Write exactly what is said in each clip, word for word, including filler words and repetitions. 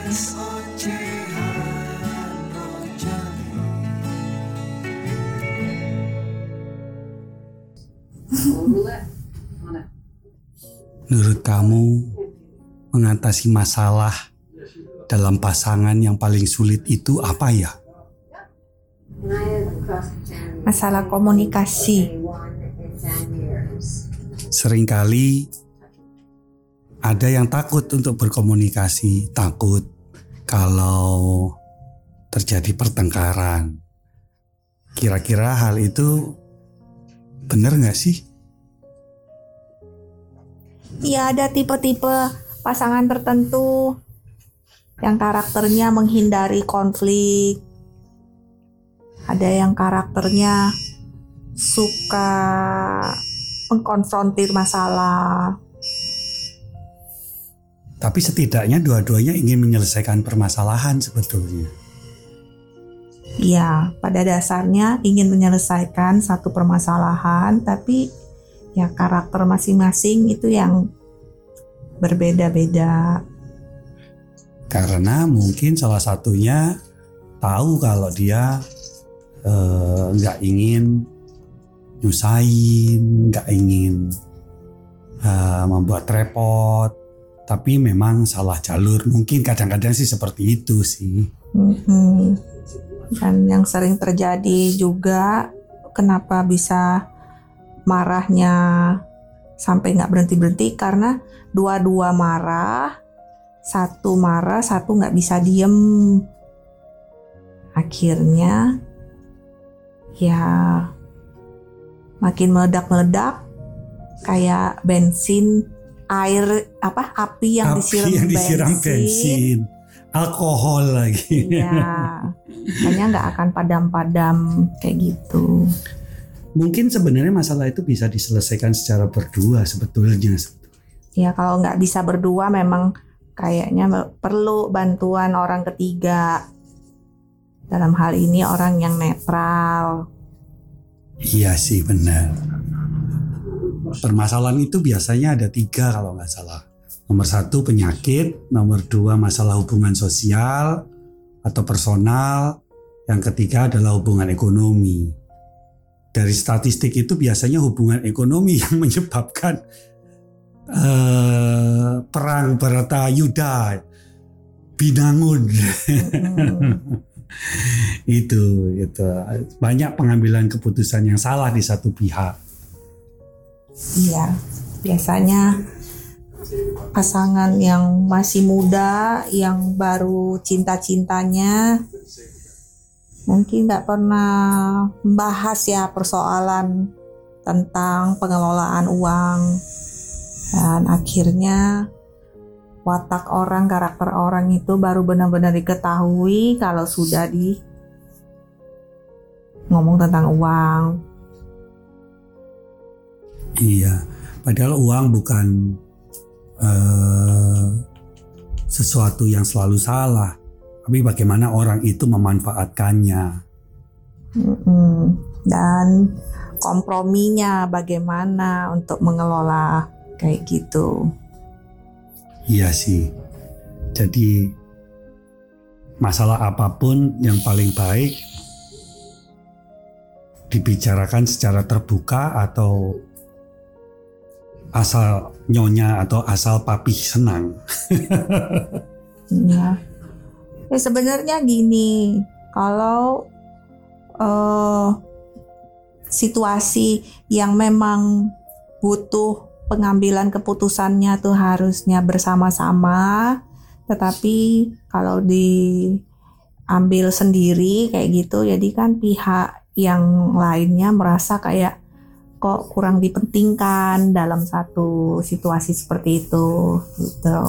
Menurut kamu, mengatasi masalah dalam pasangan yang paling sulit itu apa ya? Masalah komunikasi. Seringkali ada yang takut untuk berkomunikasi, takut kalau terjadi pertengkaran. Kira-kira hal itu benar nggak sih? Ya, ada tipe-tipe pasangan tertentu yang karakternya menghindari konflik. Ada yang karakternya suka mengkonfrontir masalah. Tapi setidaknya dua-duanya ingin menyelesaikan permasalahan sebetulnya. Ya, pada dasarnya ingin menyelesaikan satu permasalahan, tapi ya karakter masing-masing itu yang berbeda-beda. Karena mungkin salah satunya tahu kalau dia nggak eh, ingin nyusahin, nggak ingin eh, membuat repot, tapi memang salah jalur. Mungkin kadang-kadang sih seperti itu sih. Mm-hmm. Dan yang sering terjadi juga, kenapa bisa marahnya sampai nggak berhenti-berhenti, karena dua-dua marah, satu marah, satu nggak bisa diem. Akhirnya ya makin meledak-meledak, kayak bensin, air apa api yang api disiram, yang disiram bensin, bensin, alkohol lagi. Ya, makanya nggak akan padam-padam kayak gitu. Mungkin sebenarnya masalah itu bisa diselesaikan secara berdua sebetulnya. Ya, kalau nggak bisa berdua memang kayaknya perlu bantuan orang ketiga. Dalam hal ini orang yang netral. Iya sih, benar. Permasalahan itu biasanya ada tiga kalau nggak salah. Nomor satu penyakit, nomor dua masalah hubungan sosial atau personal, yang ketiga adalah hubungan ekonomi. Dari statistik itu biasanya hubungan ekonomi yang menyebabkan uh, perang Baratayuda, Binangun. Hmm. itu itu banyak pengambilan keputusan yang salah di satu pihak. Iya, biasanya pasangan yang masih muda, yang baru cinta-cintanya, mungkin nggak pernah membahas ya persoalan tentang pengelolaan uang, dan akhirnya watak orang, karakter orang itu baru benar-benar diketahui kalau sudah di ngomong tentang uang. Iya, padahal uang bukan uh, sesuatu yang selalu salah, tapi bagaimana orang itu memanfaatkannya. Mm-mm. Dan komprominya bagaimana untuk mengelola kayak gitu. Iya sih. Jadi masalah apapun yang paling baik dibicarakan secara terbuka, atau asal nyonya atau asal papi senang. Ya. Ya sebenarnya gini, kalau uh, situasi yang memang butuh pengambilan keputusannya tuh harusnya bersama-sama, tetapi kalau diambil sendiri kayak gitu, jadi kan pihak yang lainnya merasa kayak kok kurang dipentingkan dalam satu situasi seperti itu gitu.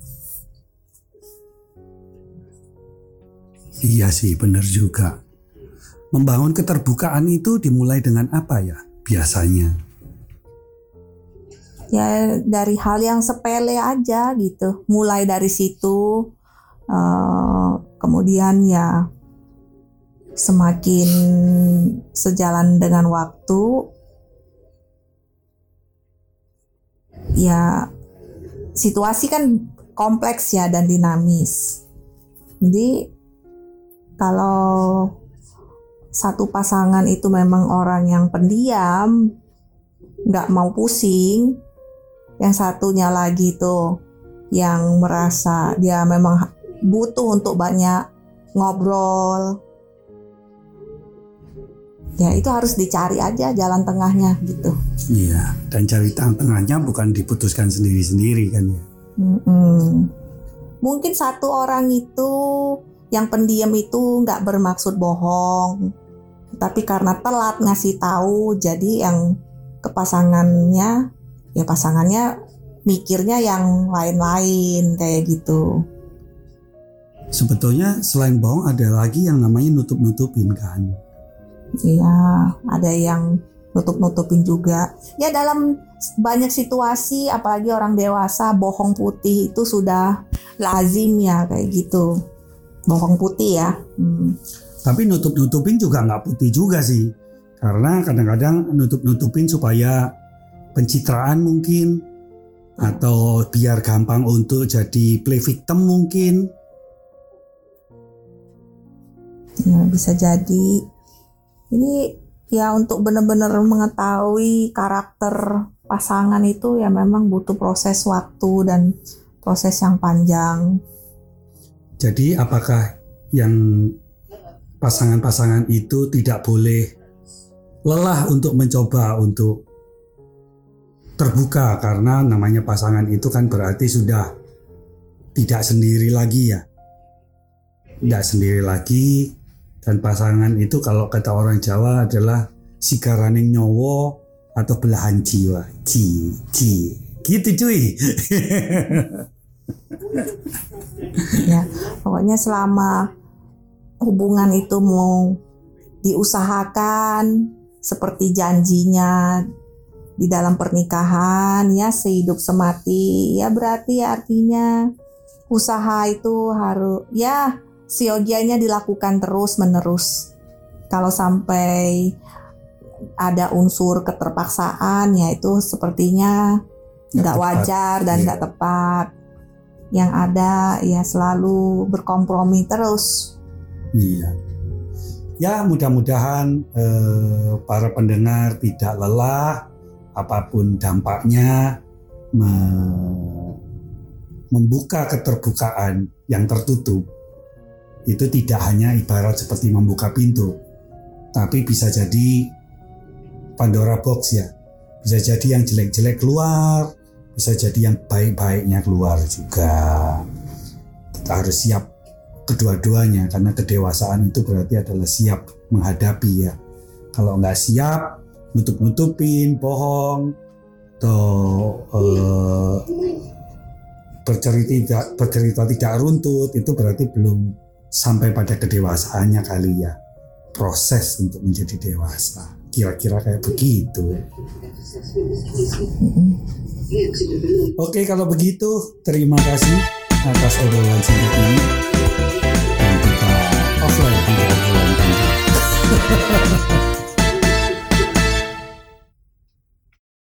Iya sih, benar juga. Membangun keterbukaan itu dimulai dengan apa ya biasanya? Ya dari hal yang sepele aja gitu, mulai dari situ, uh, kemudian ya semakin sejalan dengan waktu, ya situasi kan kompleks ya dan dinamis. Jadi kalau satu pasangan itu memang orang yang pendiam, nggak mau pusing, yang satunya lagi tuh yang merasa dia memang butuh untuk banyak ngobrol, ya itu harus dicari aja jalan tengahnya gitu. Iya, dan cari tengahnya bukan diputuskan sendiri-sendiri kan ya. Mm-mm. Mungkin satu orang itu yang pendiam itu nggak bermaksud bohong, tapi karena telat ngasih tahu, jadi yang ke pasangannya, ya pasangannya mikirnya yang lain-lain kayak gitu. Sebetulnya selain bohong ada lagi yang namanya nutup-nutupin kan. Iya, ada yang nutup-nutupin juga. Ya dalam banyak situasi, apalagi orang dewasa, bohong putih itu sudah lazim ya kayak gitu. Bohong putih ya. Hmm. Tapi nutup-nutupin juga nggak putih juga sih. Karena kadang-kadang nutup-nutupin supaya pencitraan mungkin. Atau biar gampang untuk jadi play victim mungkin. Ya bisa jadi. Ini ya untuk benar-benar mengetahui karakter pasangan itu ya memang butuh proses waktu dan proses yang panjang. Jadi apakah yang pasangan-pasangan itu tidak boleh lelah untuk mencoba untuk terbuka, karena namanya pasangan itu kan berarti sudah tidak sendiri lagi ya. Tidak sendiri lagi, dan pasangan itu kalau kata orang Jawa adalah sikaraning nyowo atau belahan jiwa. Ji, ji. Gitu cuy. Ya, pokoknya selama hubungan itu mau diusahakan seperti janjinya di dalam pernikahan ya sehidup semati, ya berarti ya artinya usaha itu harus ya siogianya dilakukan terus menerus. Kalau sampai ada unsur keterpaksaan ya itu sepertinya nggak wajar dan nggak tepat. Yang ada ya selalu berkompromi terus. Iya. Ya mudah-mudahan eh, para pendengar tidak lelah apapun dampaknya me- membuka keterbukaan yang tertutup. Itu tidak hanya ibarat seperti membuka pintu, tapi bisa jadi Pandora box ya. Bisa jadi yang jelek-jelek keluar, bisa jadi yang baik-baiknya keluar juga. Kita harus siap kedua-duanya, karena kedewasaan itu berarti adalah siap menghadapi ya. Kalau nggak siap, nutup-nutupin, bohong, atau eh, bercerita tidak, bercerita tidak runtut, itu berarti belum sampai pada kedewasaannya kali ya. Proses untuk menjadi dewasa. Kira-kira kayak begitu. Oke, kalau begitu terima kasih atas obrolan singkat ini. Dan kita offline untuk obrolan lanjut.